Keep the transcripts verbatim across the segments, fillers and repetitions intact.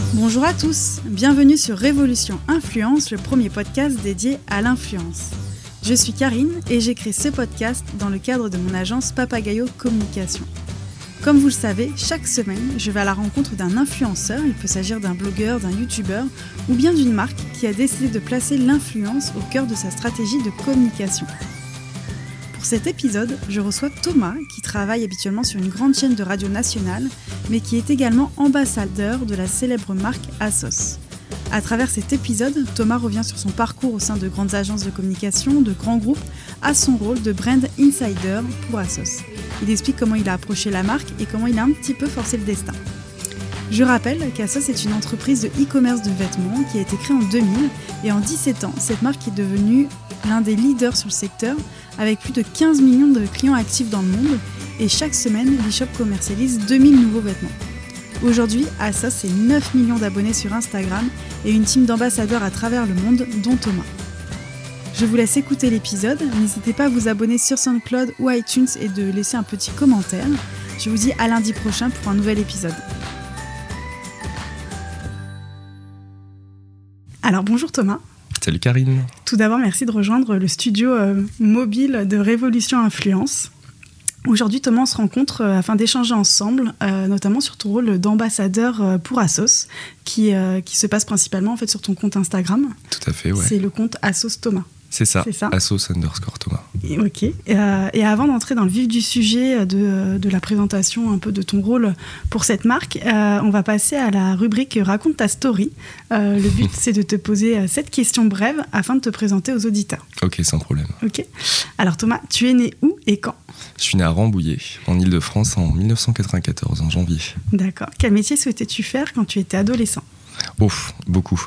Bonjour à tous, bienvenue sur Révolution Influence, le premier podcast dédié à l'influence. Je suis Karine et j'ai créé ce podcast dans le cadre de mon agence Papagayo Communication. Comme vous le savez, chaque semaine, je vais à la rencontre d'un influenceur, il peut s'agir d'un blogueur, d'un youtubeur ou bien d'une marque qui a décidé de placer l'influence au cœur de sa stratégie de communication. Pour cet épisode, je reçois Thomas qui travaille habituellement sur une grande chaîne de radio nationale, mais qui est également ambassadeur de la célèbre marque Asos. À travers cet épisode, Thomas revient sur son parcours au sein de grandes agences de communication, de grands groupes, à son rôle de brand insider pour Asos. Il explique comment il a approché la marque et comment il a un petit peu forcé le destin. Je rappelle qu'Asos est une entreprise de e-commerce de vêtements qui a été créée en deux mille et en dix-sept ans, cette marque est devenue l'un des leaders sur le secteur avec plus de quinze millions de clients actifs dans le monde et chaque semaine, l'e-shop commercialise deux mille nouveaux vêtements. Aujourd'hui, Asos, c'est neuf millions d'abonnés sur Instagram et une team d'ambassadeurs à travers le monde, dont Thomas. Je vous laisse écouter l'épisode, n'hésitez pas à vous abonner sur SoundCloud ou iTunes et de laisser un petit commentaire. Je vous dis à lundi prochain pour un nouvel épisode. Alors bonjour Thomas. Salut Karine. Tout d'abord, merci de rejoindre le studio euh, mobile de Révolution Influence. Aujourd'hui, Thomas, on se rencontre euh, afin d'échanger ensemble, euh, notamment sur ton rôle d'ambassadeur euh, pour Asos, qui, euh, qui se passe principalement en fait, sur ton compte Instagram. Tout à fait, ouais. C'est le compte Asos Thomas. C'est ça, C'est ça. Asos underscore Thomas. Et, ok. Et, euh, et avant d'entrer dans le vif du sujet de, de la présentation un peu de ton rôle pour cette marque, euh, on va passer à la rubrique Raconte ta story. Euh, le but, c'est de te poser cette question brève afin de te présenter aux auditeurs. Ok, sans problème. Ok. Alors Thomas, tu es né où et quand ? Je suis né à Rambouillet, en Île-de-France, en dix-neuf cent quatre-vingt-quatorze, en janvier. D'accord. Quel métier souhaitais-tu faire quand tu étais adolescent ? Ouf, beaucoup.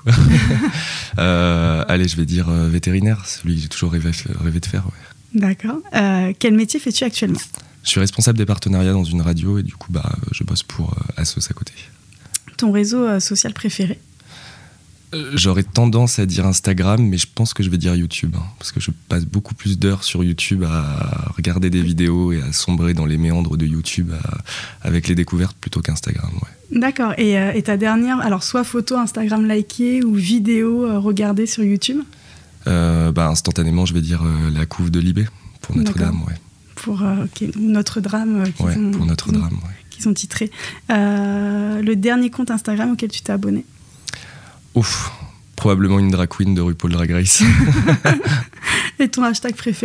euh, allez, je vais dire euh, vétérinaire, celui que j'ai toujours rêvé, rêvé de faire. Ouais. D'accord. Euh, quel métier fais-tu actuellement ? Je suis responsable des partenariats dans une radio et du coup, bah, je bosse pour euh, Asos à côté. Ton réseau euh, social préféré ? euh, J'aurais tendance à dire Instagram, mais je pense que je vais dire YouTube. Hein, parce que je passe beaucoup plus d'heures sur YouTube à regarder des vidéos et à sombrer dans les méandres de YouTube à, avec les découvertes plutôt qu'Instagram, ouais. D'accord. Et, euh, et ta dernière, alors soit photo Instagram likée ou vidéo euh, regardée sur YouTube ? euh, bah, Instantanément, je vais dire euh, la couve de Libé pour Notre-Dame. Ouais. Pour euh, okay. Notre-Dame. Euh, ouais, ont, pour Notre-Dame. Qui, ouais. qui sont titrés. Euh, le dernier compte Instagram auquel tu t'es abonné ? Ouf, probablement une drag queen de RuPaul Drag Race. Et ton hashtag préféré ?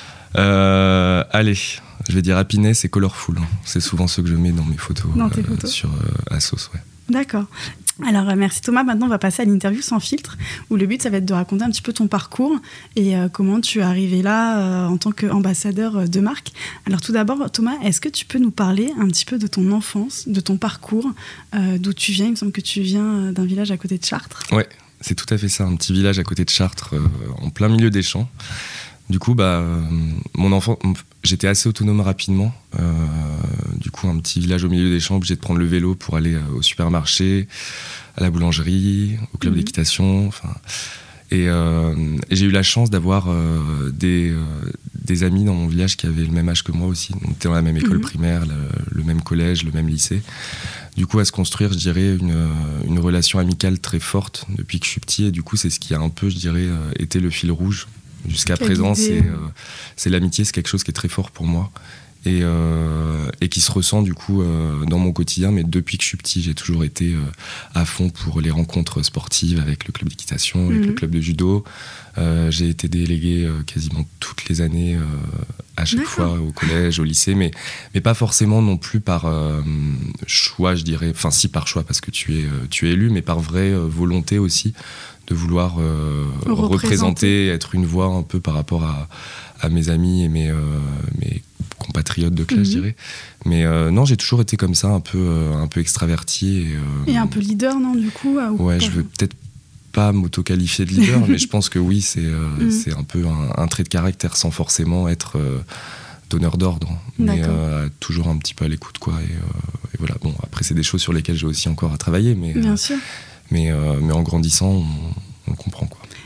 euh, Allez. Je vais dire happiness et colorful. C'est souvent ceux que je mets dans mes photos, dans tes euh, photos. sur euh, Asos. Ouais. D'accord. Alors, euh, merci Thomas. Maintenant, on va passer à l'interview sans filtre, où le but, ça va être de raconter un petit peu ton parcours et euh, comment tu es arrivé là euh, en tant qu'ambassadeur de marque. Alors, tout d'abord, Thomas, est-ce que tu peux nous parler un petit peu de ton enfance, de ton parcours, euh, d'où tu viens ? Il me semble que tu viens d'un village à côté de Chartres. Ouais, c'est tout à fait ça. Un petit village à côté de Chartres, euh, en plein milieu des champs. Du coup, bah, euh, mon enfant, j'étais assez autonome rapidement. Euh, du coup, un petit village au milieu des champs, obligé de prendre le vélo pour aller euh, au supermarché, à la boulangerie, au club mmh. d'équitation. Enfin, et, euh, et j'ai eu la chance d'avoir euh, des, euh, des amis dans mon village qui avaient le même âge que moi aussi. On était dans la même école mmh. primaire, le, le même collège, le même lycée. Du coup, à se construire, je dirais, une, une relation amicale très forte depuis que je suis petit. Et du coup, c'est ce qui a un peu, je dirais, euh, été le fil rouge. Jusqu'à Quelle présent, c'est, euh, c'est l'amitié, c'est quelque chose qui est très fort pour moi et, euh, et qui se ressent du coup euh, dans mon quotidien. Mais depuis que je suis petit, j'ai toujours été euh, à fond pour les rencontres sportives avec le club d'équitation, avec mmh. le club de judo. Euh, j'ai été délégué euh, quasiment toutes les années, euh, à chaque D'accord. fois au collège, au lycée, mais, mais pas forcément non plus par euh, choix, je dirais. Enfin, si par choix parce que tu es, euh, tu es élu, mais par vraie euh, volonté aussi de vouloir euh, représenter. représenter, être une voix un peu par rapport à, à mes amis et mes, euh, mes compatriotes de classe, mmh. je dirais. Mais euh, non, j'ai toujours été comme ça, un peu, euh, un peu extraverti. Et, euh, et un peu leader, non, du coup euh, Ouais, je veux peut-être pas m'auto-qualifier de leader, mais je pense que oui, c'est, euh, mmh. c'est un peu un, un trait de caractère sans forcément être euh, donneur d'ordre. Mais euh, toujours un petit peu à l'écoute, quoi. Et, euh, et voilà, bon, après, c'est des choses sur lesquelles j'ai aussi encore à travailler, mais... Bien euh, sûr. Mais, euh, mais en grandissant, on, on le comprend, quoi.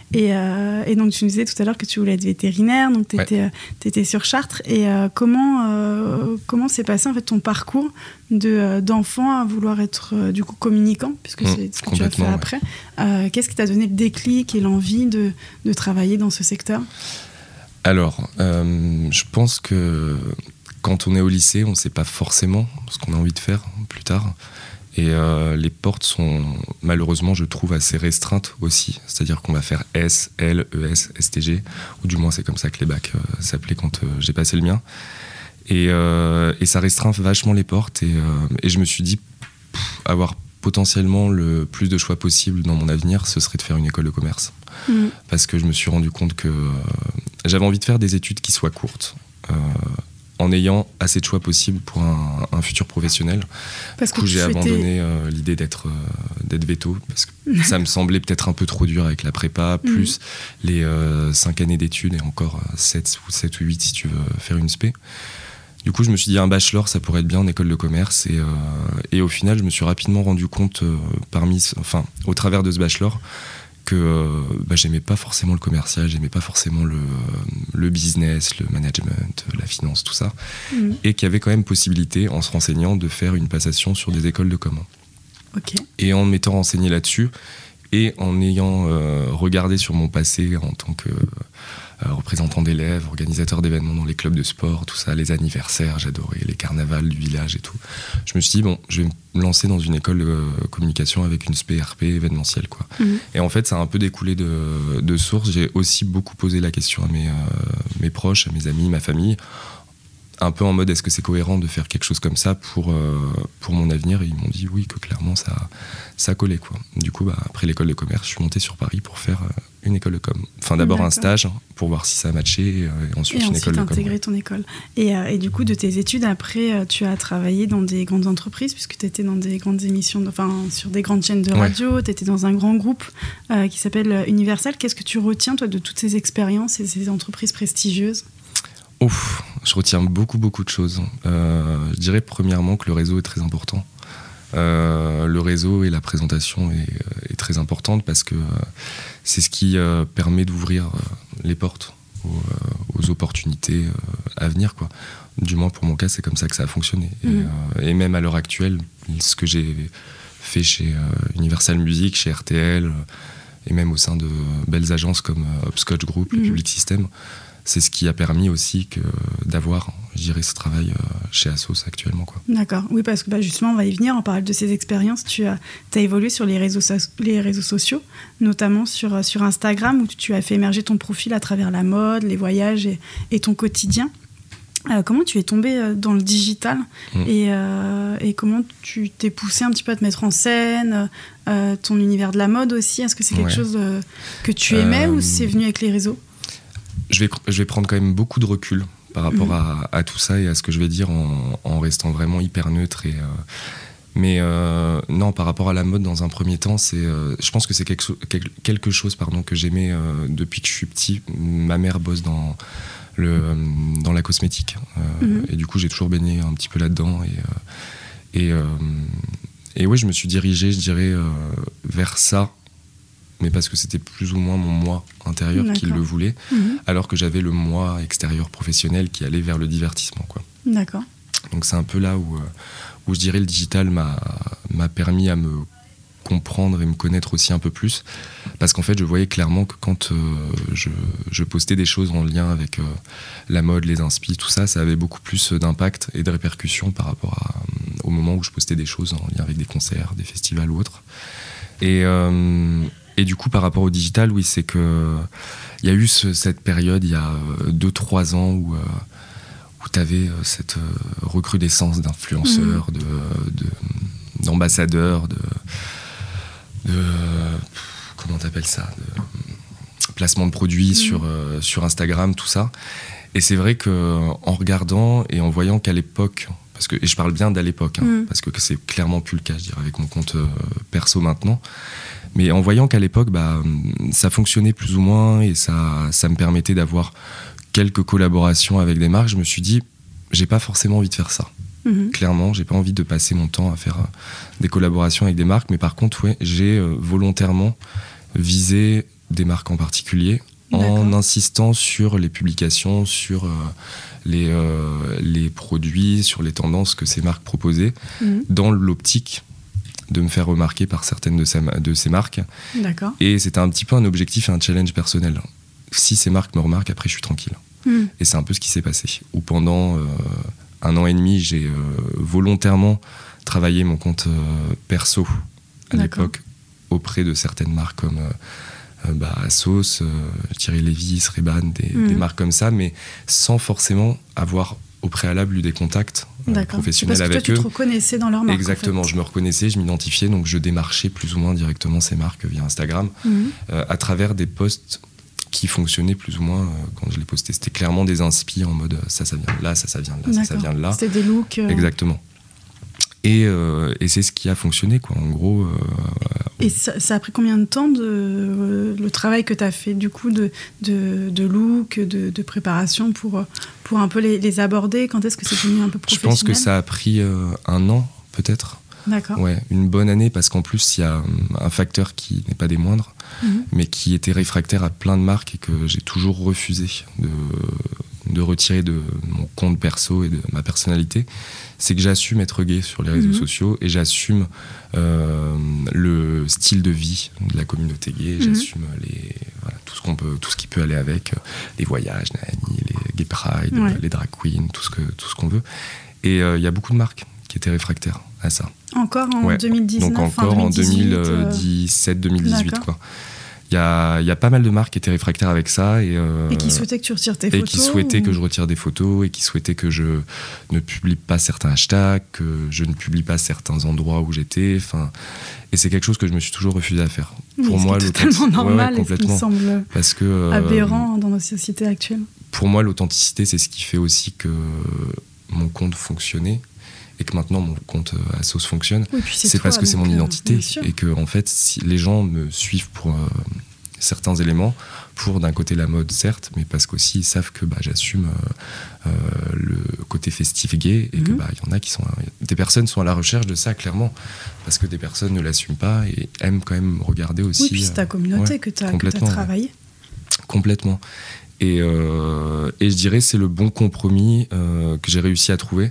Et, euh, et donc, tu nous disais tout à l'heure que tu voulais être vétérinaire, donc tu étais ouais. euh, sur Chartres. Et euh, comment, euh, comment s'est passé en fait, ton parcours de, euh, d'enfant à vouloir être euh, du coup communicant, puisque mmh, c'est ce que tu as fait ouais. après. Euh, qu'est-ce qui t'a donné le déclic et l'envie de, de travailler dans ce secteur ? Alors, euh, je pense que quand on est au lycée, on ne sait pas forcément ce qu'on a envie de faire plus tard. Et euh, les portes sont malheureusement, je trouve, assez restreintes aussi. C'est-à-dire qu'on va faire S, L, E S, S T G, ou du moins c'est comme ça que les bacs euh, s'appelaient quand euh, j'ai passé le mien. Et, euh, et ça restreint vachement les portes. Et, euh, et je me suis dit, pff, avoir potentiellement le plus de choix possible dans mon avenir, ce serait de faire une école de commerce. Mmh. Parce que je me suis rendu compte que euh, j'avais envie de faire des études qui soient courtes. Euh, en ayant assez de choix possibles pour un, un futur professionnel. Parce du coup, j'ai souhaitais... abandonné euh, l'idée d'être, euh, d'être veto, parce que ça me semblait peut-être un peu trop dur avec la prépa, plus mmh. les euh, cinq années d'études, et encore sept ou huit si tu veux faire une spé. Du coup, je me suis dit, un bachelor, ça pourrait être bien en école de commerce. Et, euh, et au final, je me suis rapidement rendu compte, euh, parmi, enfin, au travers de ce bachelor, que euh, bah, j'aimais pas forcément le commercial, j'aimais pas forcément le, le business, le management, la finance, tout ça. Mmh. Et qu'il y avait quand même possibilité, en se renseignant, de faire une passation sur des écoles de com. Okay. Et en m'étant renseigné là-dessus, et en ayant euh, regardé sur mon passé en tant que euh, représentant d'élèves, organisateur d'événements dans les clubs de sport, tout ça, les anniversaires, j'adorais les carnavals du village et tout. Je me suis dit, bon, je vais me lancer dans une école de communication avec une spé R P événementielle, quoi. Mmh. Et en fait, ça a un peu découlé de, de source. J'ai aussi beaucoup posé la question à mes, euh, mes proches, à mes amis, ma famille, un peu en mode, est-ce que c'est cohérent de faire quelque chose comme ça pour, euh, pour mon avenir ? Et ils m'ont dit oui, que clairement, ça, ça collait, quoi. Du coup, bah, après l'école de commerce, je suis monté sur Paris pour faire euh, une école de com. Enfin, d'abord D'accord. un stage pour voir si ça matchait, et, euh, et ensuite et une ensuite école de com. Et ensuite intégrer ton école. Et, euh, et du coup, de tes études, après, euh, tu as travaillé dans des grandes entreprises, puisque tu étais dans des grandes émissions, enfin, sur des grandes chaînes de radio, ouais. tu étais dans un grand groupe euh, qui s'appelle Universal. Qu'est-ce que tu retiens, toi, de toutes ces expériences et ces entreprises prestigieuses ? Ouf, je retiens beaucoup, beaucoup de choses. Euh, je dirais premièrement que le réseau est très important. Euh, le réseau et la présentation est, est très importante parce que euh, c'est ce qui euh, permet d'ouvrir euh, les portes aux, euh, aux opportunités euh, à venir, quoi. Du moins, pour mon cas, c'est comme ça que ça a fonctionné. Mmh. Et, euh, et même à l'heure actuelle, ce que j'ai fait chez euh, Universal Music, chez R T L, euh, et même au sein de belles agences comme euh, Hopscotch Group, mmh. et Public System, c'est ce qui a permis aussi que, d'avoir, je dirais, ce travail chez Asos actuellement, quoi. D'accord, oui, parce que bah, justement, on va y venir. En parlant de ces expériences, tu as, as évolué sur les réseaux, so- les réseaux sociaux, notamment sur, sur Instagram, où tu as fait émerger ton profil à travers la mode, les voyages et, et ton quotidien. Euh, comment tu es tombé dans le digital mmh. et, euh, et comment tu t'es poussé un petit peu à te mettre en scène, euh, ton univers de la mode aussi, est-ce que c'est quelque ouais. chose euh, que tu aimais euh... ou c'est venu avec les réseaux ? Je vais, je vais prendre quand même beaucoup de recul par rapport mmh. à, à tout ça et à ce que je vais dire en, en restant vraiment hyper neutre. Et, euh, mais euh, non, par rapport à la mode, dans un premier temps, c'est, euh, je pense que c'est quelque, quelque chose pardon, que j'aimais euh, depuis que je suis petit. Ma mère bosse dans, le, dans la cosmétique. Euh, mmh. Et du coup, j'ai toujours baigné un petit peu là-dedans. Et, euh, et, euh, et ouais, je me suis dirigé, je dirais, euh, vers ça. Mais parce que c'était plus ou moins mon moi intérieur D'accord. qui le voulait, mmh. alors que j'avais le moi extérieur professionnel qui allait vers le divertissement, quoi. D'accord. Donc c'est un peu là où, où je dirais le digital m'a, m'a permis à me comprendre et me connaître aussi un peu plus, parce qu'en fait je voyais clairement que quand euh, je, je postais des choses en lien avec euh, la mode, les inspi, tout ça, ça avait beaucoup plus d'impact et de répercussions par rapport à, euh, au moment où je postais des choses en lien avec des concerts, des festivals ou autres. Et... Euh, Et du coup, par rapport au digital, oui, c'est que il y a eu ce, cette période, il y a deux trois ans, où, euh, où tu avais cette euh, recrudescence d'influenceurs, mmh. de, de, d'ambassadeurs, de, de... Comment t'appelles ça de placement de produits mmh. sur, euh, sur Instagram, tout ça. Et c'est vrai qu'en regardant et en voyant qu'à l'époque... Parce que, et je parle bien d'à l'époque, hein, mmh. parce que c'est clairement plus le cas, je dirais, avec mon compte euh, perso maintenant. Mais en voyant qu'à l'époque, bah, ça fonctionnait plus ou moins et ça, ça me permettait d'avoir quelques collaborations avec des marques, je me suis dit, j'ai pas forcément envie de faire ça. Mmh. Clairement, j'ai pas envie de passer mon temps à faire euh, des collaborations avec des marques, mais par contre, ouais, j'ai euh, volontairement visé des marques en particulier, en D'accord. insistant sur les publications, sur euh, les, euh, les produits, sur les tendances que ces marques proposaient, mmh. dans l'optique de me faire remarquer par certaines de ces, de ces marques. D'accord. Et c'était un petit peu un objectif et un challenge personnel. Si ces marques me remarquent, après je suis tranquille. Mmh. Et c'est un peu ce qui s'est passé. Où pendant euh, un an et demi, j'ai euh, volontairement travaillé mon compte euh, perso à D'accord. l'époque auprès de certaines marques comme... Euh, Euh, bah, Asos, euh, Thierry Lévis, Ray-Ban, des, mmh. des marques comme ça, mais sans forcément avoir au préalable eu des contacts euh, professionnels avec eux. Parce que toi, tu te reconnaissais dans leur marque. Exactement, en fait. Je me reconnaissais, je m'identifiais, donc je démarchais plus ou moins directement ces marques via Instagram, mmh. euh, à travers des posts qui fonctionnaient plus ou moins euh, quand je les postais. C'était clairement des inspi en mode ça, ça vient de là, ça, ça vient de là, D'accord. ça, ça vient de là. C'était des looks. Euh... Exactement. Et, euh, et c'est ce qui a fonctionné, quoi. En gros. Euh, et ça, ça a pris combien de temps de, euh, le travail que tu as fait, du coup, de, de, de look, de, de préparation pour, pour un peu les, les aborder? Quand est-ce que c'est devenu un peu professionnel? Je pense que ça a pris euh, un an, peut-être. D'accord. Ouais, une bonne année, parce qu'en plus, il y a un facteur qui n'est pas des moindres, mmh. mais qui était réfractaire à plein de marques et que j'ai toujours refusé de, de retirer de mon compte perso et de ma personnalité. C'est que j'assume être gay sur les réseaux mmh. sociaux et j'assume euh, le style de vie de la communauté gay, mmh. j'assume les, voilà, tout, ce qu'on peut, tout ce qui peut aller avec, les voyages, Naani, les gay pride, ouais. les drag queens, tout ce, que, tout ce qu'on veut. Et il euh, y a beaucoup de marques qui étaient réfractaires à ça. Encore en ouais. deux mille dix-neuf, donc encore fin deux mille dix-huit, en deux mille dix-sept deux mille dix-huit, D'accord. quoi. Il y a, y a pas mal de marques qui étaient réfractaires avec ça. Et, euh, et qui souhaitaient que tu retires tes et photos. Et qui souhaitaient ou... que je retire des photos, et qui souhaitaient que je ne publie pas certains hashtags, que je ne publie pas certains endroits où j'étais. Et c'est quelque chose que je me suis toujours refusé à faire. Oui, pour moi, c'est totalement normal, ouais, ouais, et ce qui me semble Parce que, euh, aberrant dans nos sociétés actuelles. Pour moi, l'authenticité, c'est ce qui fait aussi que mon compte fonctionnait. Et que maintenant mon compte Asos fonctionne, oui, c'est, c'est toi, parce que c'est mon identité. Euh, et que en fait, si les gens me suivent pour euh, certains éléments, pour d'un côté la mode, certes, mais parce qu'aussi ils savent que bah, j'assume euh, euh, le côté festif gay, et mm-hmm. que bah, y en a qui sont. Des personnes sont à la recherche de ça, clairement, parce que des personnes ne l'assument pas et aiment quand même regarder aussi. Oui, puis c'est ta communauté ouais, que tu as travaillé. Ouais. Complètement. Et, euh, et je dirais c'est le bon compromis euh, que j'ai réussi à trouver.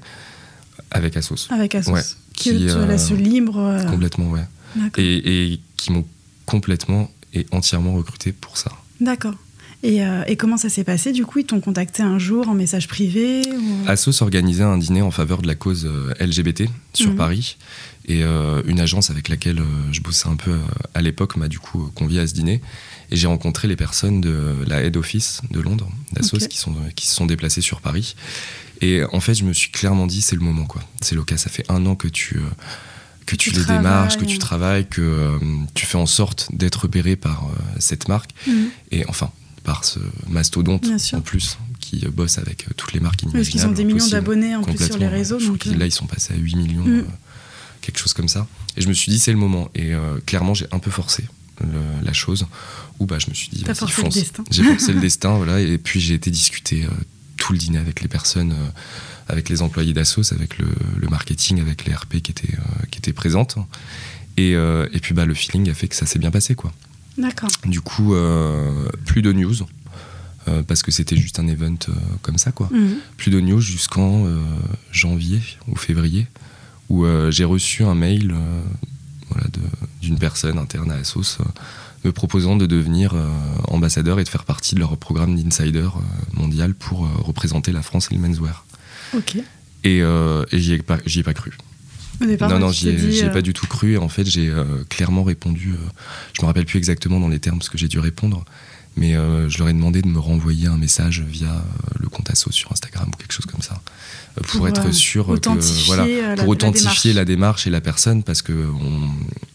Avec Asos. Avec Asos. Ouais, qui qui te euh, laisse libre. Euh... Complètement, ouais. Et, et qui m'ont complètement et entièrement recruté pour ça. D'accord. Et, euh, et comment ça s'est passé? Du coup, ils t'ont contacté un jour en message privé ou... Asos organisait un dîner en faveur de la cause L G B T sur mmh. Paris. Et euh, une agence avec laquelle euh, je bossais un peu euh, à l'époque m'a du coup convié à ce dîner. Et j'ai rencontré les personnes de la head office de Londres, d'Asos, okay. qui, sont, qui se sont déplacées sur Paris. Et en fait, je me suis clairement dit, c'est le moment, quoi. C'est l'occasion. Ça fait un an que tu, euh, que tu, tu les démarches, que tu travailles, que euh, tu fais en sorte d'être repéré par euh, cette marque. Mmh. Et enfin, par ce mastodonte, en plus, qui euh, bosse avec euh, toutes les marques inimaginables. Parce qu'ils ont des millions possibles, d'abonnés en plus sur les réseaux. Je donc crois que là, ils sont passés à huit millions, mmh. euh, quelque chose comme ça. Et je me suis dit, c'est le moment. Et euh, clairement, j'ai un peu forcé le, la chose. Où bah, je me suis dit, T'as vas-y, forcé fonce. le destin. J'ai forcé le destin, voilà. Et puis, j'ai été discuter... Euh, tout le dîner avec les personnes, euh, avec les employés d'Asos, avec le, le marketing, avec les R P qui étaient, euh, qui étaient présentes. Et, euh, et puis bah, le feeling a fait que ça s'est bien passé, quoi. D'accord. Du coup, euh, plus de news, euh, parce que c'était juste un event euh, comme ça, quoi. Mmh. Plus de news jusqu'en euh, janvier ou février, où euh, j'ai reçu un mail euh, voilà, de, d'une personne interne à Asos, euh, me proposant de devenir euh, ambassadeur et de faire partie de leur programme d'insider euh, mondial pour euh, représenter la France et le menswear. Ok. Et, euh, et j'y ai pas, j'y ai pas cru. Au départ, non, non, j'y ai, dit, j'y ai euh... pas du tout cru. Et en fait, j'ai euh, clairement répondu. Euh, je me rappelle plus exactement dans les termes ce que j'ai dû répondre, mais euh, je leur ai demandé de me renvoyer un message via euh, le compte Asos sur Instagram ou quelque chose comme ça, euh, pour, pour être euh, sûr que voilà, la, pour authentifier la démarche. la démarche et la personne, parce que on,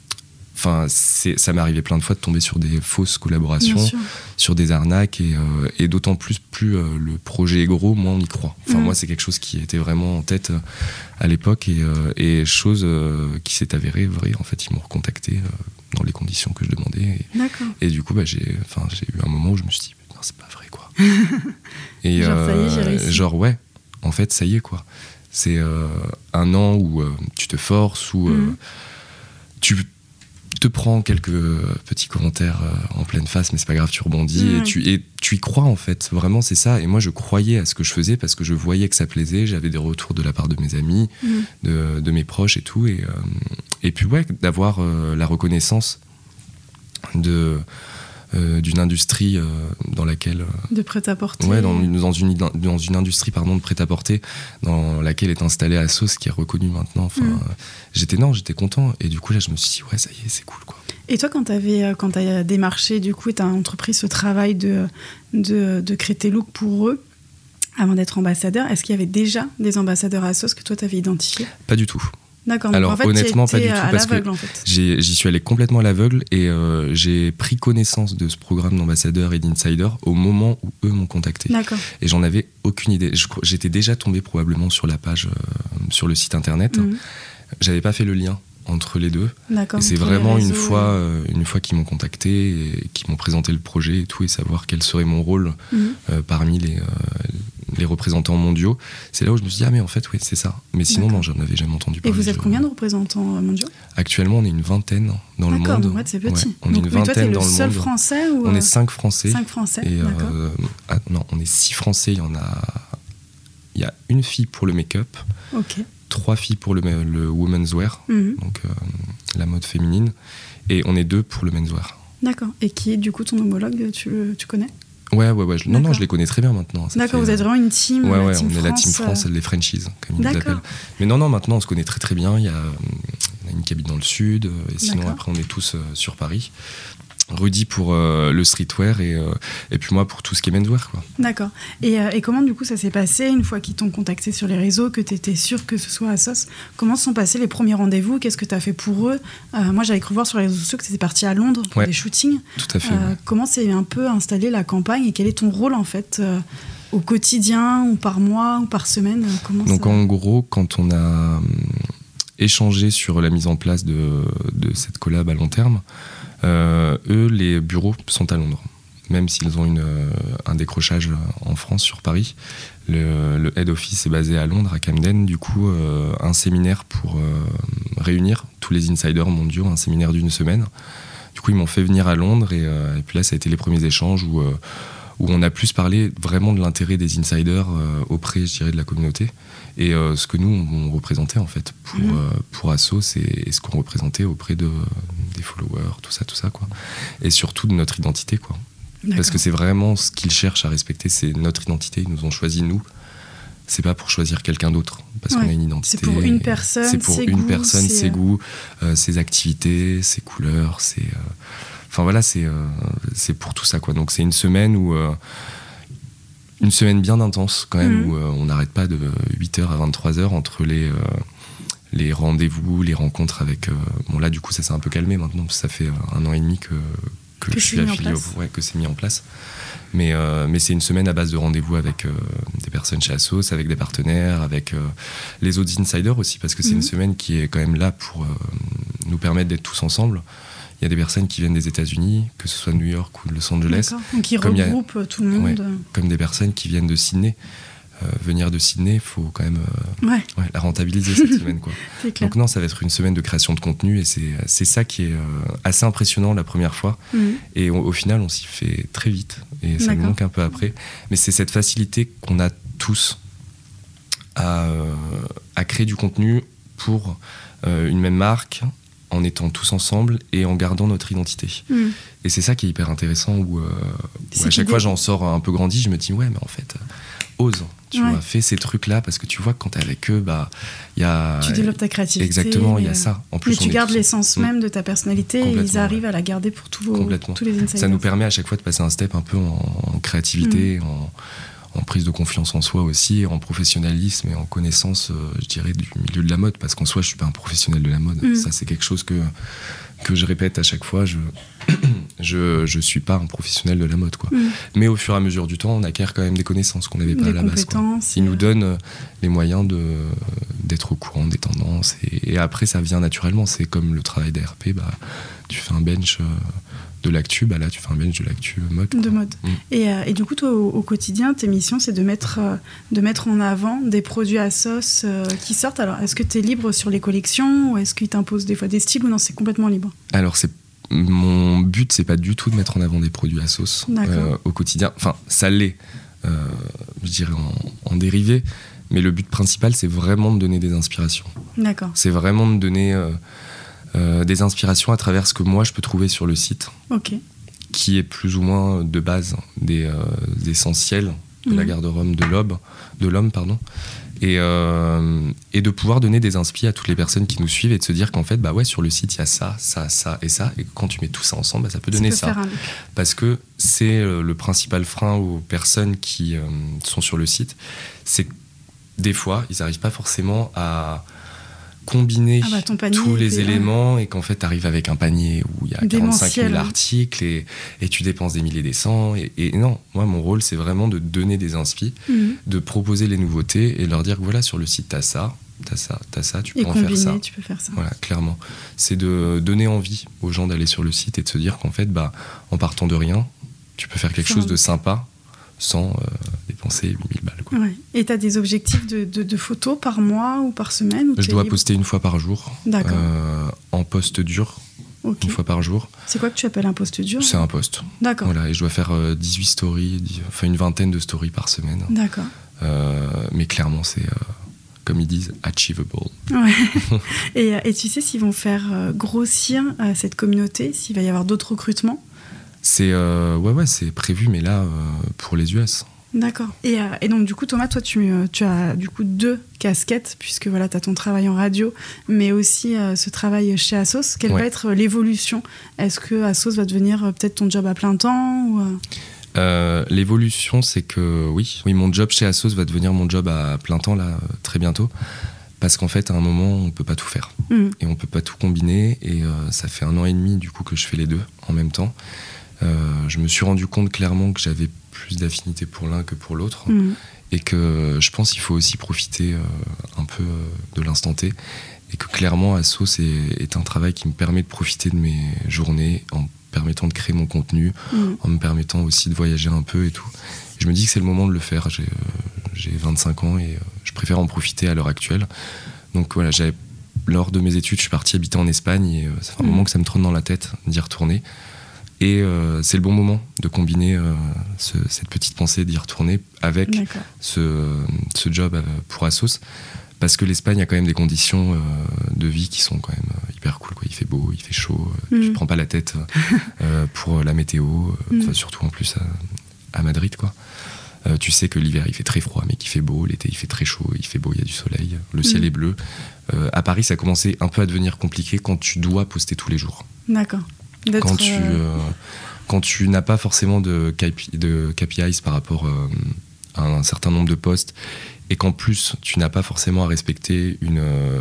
Enfin, c'est, ça m'est arrivé plein de fois de tomber sur des fausses collaborations, sur des arnaques, et, euh, et d'autant plus, plus euh, le projet est gros, moins on y croit. Enfin, mmh. moi, c'est quelque chose qui était vraiment en tête euh, à l'époque, et, euh, et chose euh, qui s'est avérée vraie. En fait, ils m'ont recontacté euh, dans les conditions que je demandais. Et, D'accord. Et du coup, bah, j'ai, j'ai eu un moment où je me suis dit, non, c'est pas vrai, quoi. et, genre, euh, ça y est, j'ai réussi. Genre, ouais, en fait, ça y est, quoi. C'est euh, un an où euh, tu te forces, où euh, mmh. tu te prends quelques petits commentaires en pleine face, mais c'est pas grave, tu rebondis mmh. et, tu, et tu y crois en fait, vraiment c'est ça. Et moi je croyais à ce que je faisais parce que je voyais que ça plaisait, j'avais des retours de la part de mes amis, mmh. de, de mes proches et tout. Et, euh, et puis ouais, d'avoir euh, la reconnaissance de... Euh, d'une industrie euh, dans laquelle... Euh, de prêt-à-porter. Ouais, dans, dans, une, dans une industrie pardon, de prêt-à-porter dans laquelle est installée Assos, qui est reconnue maintenant. Enfin, mm. euh, j'étais, non, j'étais content. Et du coup, là, je me suis dit, ouais, ça y est, c'est cool, quoi. Et toi, quand tu as démarché, du coup, et tu as entrepris ce travail de, de, de créer tes looks pour eux, avant d'être ambassadeur, est-ce qu'il y avait déjà des ambassadeurs Assos que toi, tu avais identifiés ? Pas du tout. D'accord. Alors en fait, honnêtement pas du tout parce que en fait. j'y suis allé complètement à l'aveugle et euh, j'ai pris connaissance de ce programme d'ambassadeur et d'insider au moment où eux m'ont contacté. D'accord. Et j'en avais aucune idée. Je, j'étais déjà tombé probablement sur la page, euh, sur le site internet. Mmh. J'avais pas fait le lien entre les deux. D'accord. Et c'est vraiment réseaux, une fois, euh, une fois qu'ils m'ont contacté et qu'ils m'ont présenté le projet et tout et savoir quel serait mon rôle mmh. euh, parmi les euh, les représentants mondiaux, c'est là où je me suis dit ah mais en fait oui c'est ça, mais sinon D'accord. non j'en avais jamais entendu parler. Et vous êtes je... combien de représentants mondiaux ? Actuellement on est une vingtaine dans D'accord, le monde. D'accord, ouais, c'est petit. Ouais, on Donc, est une vingtaine toi, dans le, le seul monde. Français ou on est cinq Français. Cinq Français. Et D'accord. Euh, ah, non on est six Français, il y en a, il y a une fille pour le make-up. Ok. Trois filles pour le, le women's wear, mm-hmm. donc euh, la mode féminine, et on est deux pour le men's wear. D'accord. Et qui est du coup ton homologue, tu, tu connais ? Ouais, ouais, ouais. Je, non, non, je les connais très bien maintenant. Ça D'accord, fait, vous êtes vraiment une team. Ouais, ouais, team on France, est la team France, euh... les Frenchies, comme ils nous appellent. Mais non, non, maintenant on se connaît très très bien. Il y a, on a une cabine dans le sud, et sinon D'accord. après on est tous euh, sur Paris. Rudy pour euh, le streetwear et, euh, et puis moi pour tout ce qui est menswear, quoi. D'accord. Et, euh, et comment du coup ça s'est passé une fois qu'ils t'ont contacté sur les réseaux, que tu étais sûr que ce soit Assos ? Comment se sont passés les premiers rendez-vous ? Qu'est-ce que tu as fait pour eux ? euh, Moi j'avais cru voir sur les réseaux sociaux que tu étais parti à Londres pour ouais, des shootings. Tout à fait. Euh, ouais. Comment s'est un peu installée la campagne et quel est ton rôle en fait euh, au quotidien ou par mois ou par semaine ? Comment Donc ça... en gros quand on a hum, échangé sur la mise en place de, de cette collab à long terme, Euh, eux, les bureaux sont à Londres. Même s'ils ont une, euh, un décrochage en France, sur Paris, le, le head office est basé à Londres, à Camden. Du coup, euh, un séminaire pour euh, réunir tous les insiders mondiaux, un séminaire d'une semaine. Du coup, ils m'ont fait venir à Londres et, euh, et puis là, ça a été les premiers échanges où, euh, où on a plus parlé vraiment de l'intérêt des insiders euh, auprès, je dirais, de la communauté. Et euh, ce que nous, on, on représentait en fait pour, mmh. euh, pour Assos et, et ce qu'on représentait auprès de, des followers, tout ça, tout ça, quoi. Et surtout de notre identité, quoi. D'accord. Parce que c'est vraiment ce qu'ils cherchent à respecter, c'est notre identité. Ils nous ont choisi, nous. C'est pas pour choisir quelqu'un d'autre, parce ouais. qu'on a une identité. C'est pour une personne, c'est pour ses une goûts, personne, c'est... ses goûts, euh, ses activités, ses couleurs, ses. Euh... Enfin voilà, c'est euh, c'est pour tout ça, quoi. Donc c'est une semaine où. Euh, Une semaine bien intense quand même, mmh. où euh, on n'arrête pas de huit heures à vingt-trois heures entre les, euh, les rendez-vous, les rencontres avec... Euh, bon là du coup ça s'est un peu calmé maintenant, parce que ça fait un an et demi que, que, que je suis affilié au... Ouais, que c'est mis en place. Mais, euh, mais c'est une semaine à base de rendez-vous avec euh, des personnes chez Assos, avec des partenaires, avec euh, les autres insiders aussi, parce que c'est mmh. une semaine qui est quand même là pour euh, nous permettre d'être tous ensemble. Il y a des personnes qui viennent des États-Unis, que ce soit New York ou Los Angeles. D'accord. Donc ils regroupent a, tout le monde. Ouais, comme des personnes qui viennent de Sydney. Euh, venir de Sydney, il faut quand même euh, ouais. Ouais, la rentabiliser cette semaine, quoi. C'est clair. Donc non, ça va être une semaine de création de contenu et c'est, c'est ça qui est euh, assez impressionnant la première fois. Mmh. Et on, au final, on s'y fait très vite. Et ça nous manque un peu après. Mais c'est cette facilité qu'on a tous à, euh, à créer du contenu pour euh, une même marque, en étant tous ensemble et en gardant notre identité. Mmh. Et c'est ça qui est hyper intéressant, où, euh, où à chaque fois j'en sors un peu grandi, je me dis ouais mais en fait, euh, ose, tu ouais. vois, fais ces trucs-là, parce que tu vois que quand t'es avec eux, bah, y a... Tu développes ta créativité. Exactement, il y a ça. En plus, mais tu gardes tous... l'essence mmh. même de ta personnalité et ils arrivent ouais. à la garder pour tous, vos, tous les insiders. Ça nous permet à chaque fois de passer un step un peu en, en créativité, mmh. en... en prise de confiance en soi aussi, en professionnalisme et en connaissance, euh, je dirais, du milieu de la mode, parce qu'en soi, je suis pas un professionnel de la mode. Mmh. Ça, c'est quelque chose que, que je répète à chaque fois. Je, je, je suis pas un professionnel de la mode, quoi. Mmh. Mais au fur et à mesure du temps, on acquiert quand même des connaissances qu'on n'avait pas des à la base, quoi. Ils nous donnent les moyens de, d'être au courant des tendances. Et, et après, ça vient naturellement. C'est comme le travail d'A R P. Bah, tu fais un bench... Euh, de l'actu, bah là tu fais un bench de l'actu mode. De mode. Mmh. Et, euh, et du coup, toi, au, au quotidien, tes missions, c'est de mettre, euh, de mettre en avant des produits Assos euh, qui sortent. Alors, est-ce que tu es libre sur les collections ou est-ce qu'ils t'imposent des fois des styles ou non, c'est complètement libre ? Alors, c'est, mon but, c'est pas du tout de mettre en avant des produits ASOS euh, au quotidien. Enfin, ça l'est, euh, je dirais en, en dérivé, mais le but principal, c'est vraiment de donner des inspirations. D'accord. C'est vraiment de donner euh, euh, des inspirations à travers ce que moi, je peux trouver sur le site. Ok. Qui est plus ou moins de base des, euh, des essentiels de mmh. la garde-robe de l'homme, de l'homme pardon, et, euh, et de pouvoir donner des inspi à toutes les personnes qui nous suivent et de se dire qu'en fait, bah ouais, sur le site, il y a ça, ça, ça et ça, et quand tu mets tout ça ensemble, bah, ça peut donner ça. ça. Parce que c'est euh, le principal frein aux personnes qui euh, sont sur le site, c'est que des fois, ils n'arrivent pas forcément à combiner ah bah tous les éléments et qu'en fait tu arrives avec un panier où il y a quarante-cinq mille articles et, et tu dépenses des milliers des cents et, et non, moi mon rôle c'est vraiment de donner des inspi, mmh. de proposer les nouveautés et leur dire que voilà, sur le site t'as ça, t'as ça, t'as ça, tu peux et en faire ça. Tu peux faire ça. Voilà, clairement. C'est de donner envie aux gens d'aller sur le site et de se dire qu'en fait, bah, en partant de rien, tu peux faire quelque Faut chose de sympa sans euh, dépenser huit mille balles. Quoi. Ouais. Et tu as des objectifs de, de, de photos par mois ou par semaine ou Je dois libre poster une fois par jour. D'accord. Euh, en post dur, okay. une fois par jour. C'est quoi que tu appelles un post dur ? C'est un post. D'accord. Voilà, et je dois faire euh, dix-huit stories, dix, enfin une vingtaine de stories par semaine. D'accord. Euh, mais clairement, c'est, euh, comme ils disent, achievable. Ouais. et, et tu sais s'ils vont faire euh, grossir euh, cette communauté, s'il va y avoir d'autres recrutements ? C'est, euh, ouais, ouais, c'est prévu, mais là, euh, pour les U S. D'accord. Et, euh, et donc, du coup, Thomas, toi, tu, tu as du coup deux casquettes, puisque voilà, tu as ton travail en radio, mais aussi euh, ce travail chez ASOS. Quelle ouais. va être l'évolution ? Est-ce que ASOS va devenir euh, peut-être ton job à plein temps ou, euh... Euh, l'évolution, c'est que oui, oui, mon job chez ASOS va devenir mon job à plein temps, là, très bientôt. Parce qu'en fait, à un moment, on ne peut pas tout faire. Mmh. Et on ne peut pas tout combiner. Et euh, ça fait un an et demi, du coup, que je fais les deux en même temps. Euh, je me suis rendu compte clairement que j'avais plus d'affinité pour l'un que pour l'autre mmh. et que je pense qu'il faut aussi profiter euh, un peu euh, de l'instant T et que clairement ASOS est, est un travail qui me permet de profiter de mes journées en permettant de créer mon contenu, mmh. en me permettant aussi de voyager un peu et tout. Et je me dis que c'est le moment de le faire. J'ai, euh, j'ai vingt-cinq ans et euh, je préfère en profiter à l'heure actuelle. Donc voilà, j'avais, lors de mes études, je suis parti habiter en Espagne et euh, ça fait un mmh. moment que ça me trône dans la tête d'y retourner. Et euh, c'est le bon moment de combiner euh, ce, cette petite pensée d'y retourner avec ce, ce job pour ASOS. Parce que l'Espagne a quand même des conditions euh, de vie qui sont quand même euh, hyper cool. Quoi. Il fait beau, il fait chaud, euh, mmh. tu ne te prends pas la tête euh, pour la météo, euh, mmh. surtout en plus à, à Madrid. Quoi. Euh, tu sais que l'hiver il fait très froid mais qu'il fait beau, l'été il fait très chaud, il fait beau, il y a du soleil, le ciel mmh. est bleu. Euh, à Paris ça a commencé un peu à devenir compliqué quand tu dois poster tous les jours. D'accord. D'être quand tu, euh, quand tu n'as pas forcément de, K P I, de K P Is par rapport euh, à un certain nombre de postes et qu'en plus tu n'as pas forcément à respecter une, euh,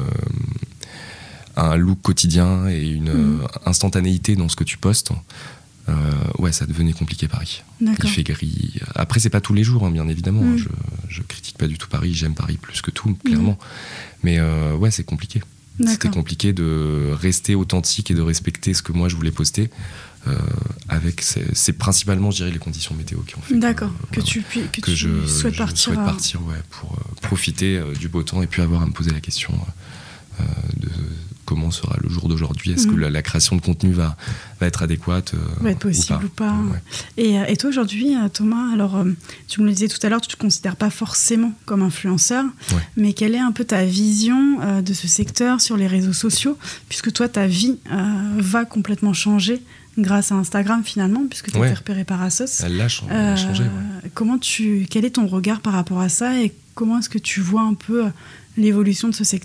un look quotidien et une mmh. euh, instantanéité dans ce que tu postes, euh, ouais, ça devenait compliqué Paris. D'accord. Il fait gris. Après, c'est pas tous les jours, hein, bien évidemment. Mmh. Hein, je, je critique pas du tout Paris, j'aime Paris plus que tout, clairement. Mmh. Mais euh, ouais, c'est compliqué. D'accord. C'était compliqué de rester authentique et de respecter ce que moi je voulais poster. Euh, avec c'est, c'est principalement, je dirais, les conditions météo qui ont fait D'accord, que, que, tu, que, que que tu je souhaites je partir, souhaite à... partir ouais, pour euh, profiter euh, du beau temps et puis avoir à me poser la question euh, de comment sera le jour d'aujourd'hui. Est-ce mmh. que la, la création de contenu va, va être adéquate euh, va être possible ou pas, ou pas. Ouais. Et, et toi aujourd'hui, Thomas, alors euh, tu me le disais tout à l'heure, tu ne te considères pas forcément comme influenceur, ouais. mais quelle est un peu ta vision euh, de ce secteur sur les réseaux sociaux, puisque toi ta vie euh, va complètement changer grâce à Instagram finalement, puisque tu as ouais. été repéré par ASOS. Elle l'a changé. Euh, changé ouais. Comment tu, quel est ton regard par rapport à ça et comment est-ce que tu vois un peu l'évolution de ce secteur ?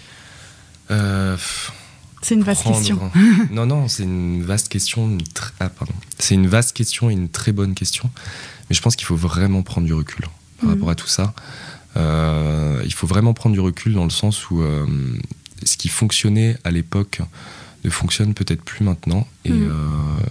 Euh, c'est une vaste prendre... question. Non, non, c'est une vaste question. Une tr... ah, pardon. C'est une vaste question et une très bonne question. Mais je pense qu'il faut vraiment prendre du recul par mmh. rapport à tout ça. Euh, il faut vraiment prendre du recul dans le sens où euh, ce qui fonctionnait à l'époque ne fonctionne peut-être plus maintenant. Et mmh. euh,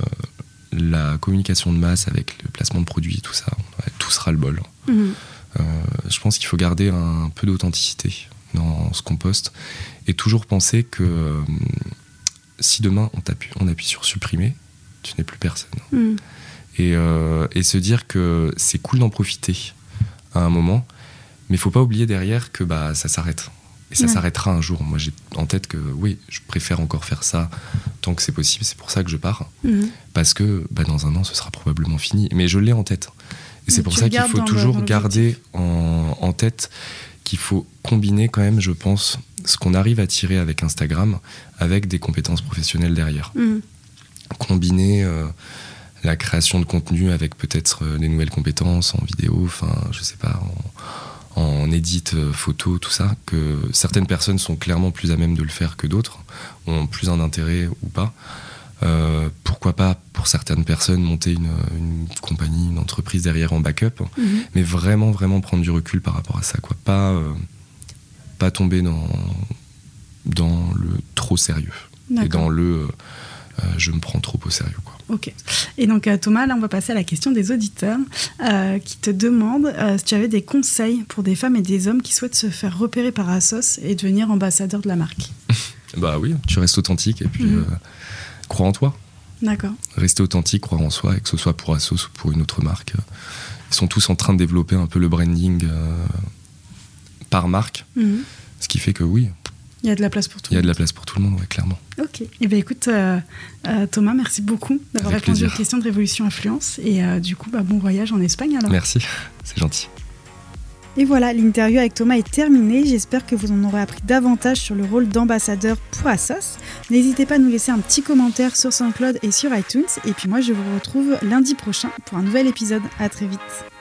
la communication de masse avec le placement de produits, tout ça, ouais, tout sera le bol. Mmh. Euh, je pense qu'il faut garder un peu d'authenticité dans ce qu'on poste et toujours penser que euh, si demain on, on appuie sur supprimer, tu n'es plus personne. Mm. Et, euh, et se dire que c'est cool d'en profiter à un moment, mais il ne faut pas oublier derrière que bah, ça s'arrête. Et ça ouais. s'arrêtera un jour. Moi, j'ai en tête que oui, je préfère encore faire ça tant que c'est possible. C'est pour ça que je pars. Mmh. Parce que bah, dans un an, ce sera probablement fini. Mais je l'ai en tête. Et c'est Mais pour ça qu'il faut toujours garder en, en tête qu'il faut combiner quand même, je pense, ce qu'on arrive à tirer avec Instagram avec des compétences professionnelles derrière. Mmh. Combiner euh, la création de contenu avec peut-être euh, des nouvelles compétences en vidéo, enfin, je sais pas, en, en edit euh, photo, tout ça, que certaines personnes sont clairement plus à même de le faire que d'autres, ont plus un intérêt ou pas. Euh, pourquoi pas pour certaines personnes monter une, une compagnie, une entreprise derrière en backup, mmh. mais vraiment vraiment prendre du recul par rapport à ça, quoi. Pas euh, pas tomber dans dans le trop sérieux. D'accord. Et dans le euh, euh, je me prends trop au sérieux, quoi. Ok. Et donc euh, Thomas, là on va passer à la question des auditeurs euh, qui te demandent euh, si tu avais des conseils pour des femmes et des hommes qui souhaitent se faire repérer par Asos et devenir ambassadeur de la marque. Bah oui, tu restes authentique et puis mmh. euh, crois en toi. D'accord. Rester authentique, croire en soi, et que ce soit pour Asos ou pour une autre marque. Ils sont tous en train de développer un peu le branding euh, par marque. Mmh. Ce qui fait que oui. Il y a de la place pour tout le monde. Il y a de la place pour tout le monde, ouais, clairement. Ok. Eh bien, écoute, euh, euh, Thomas, merci beaucoup d'avoir Avec répondu plaisir. aux questions de Révolution Influence. Et euh, du coup, bah, bon voyage en Espagne alors. Merci, c'est gentil. Et voilà, l'interview avec Thomas est terminée. J'espère que vous en aurez appris davantage sur le rôle d'ambassadeur pour Asos. N'hésitez pas à nous laisser un petit commentaire sur SoundCloud et sur iTunes. Et puis moi, je vous retrouve lundi prochain pour un nouvel épisode. À très vite.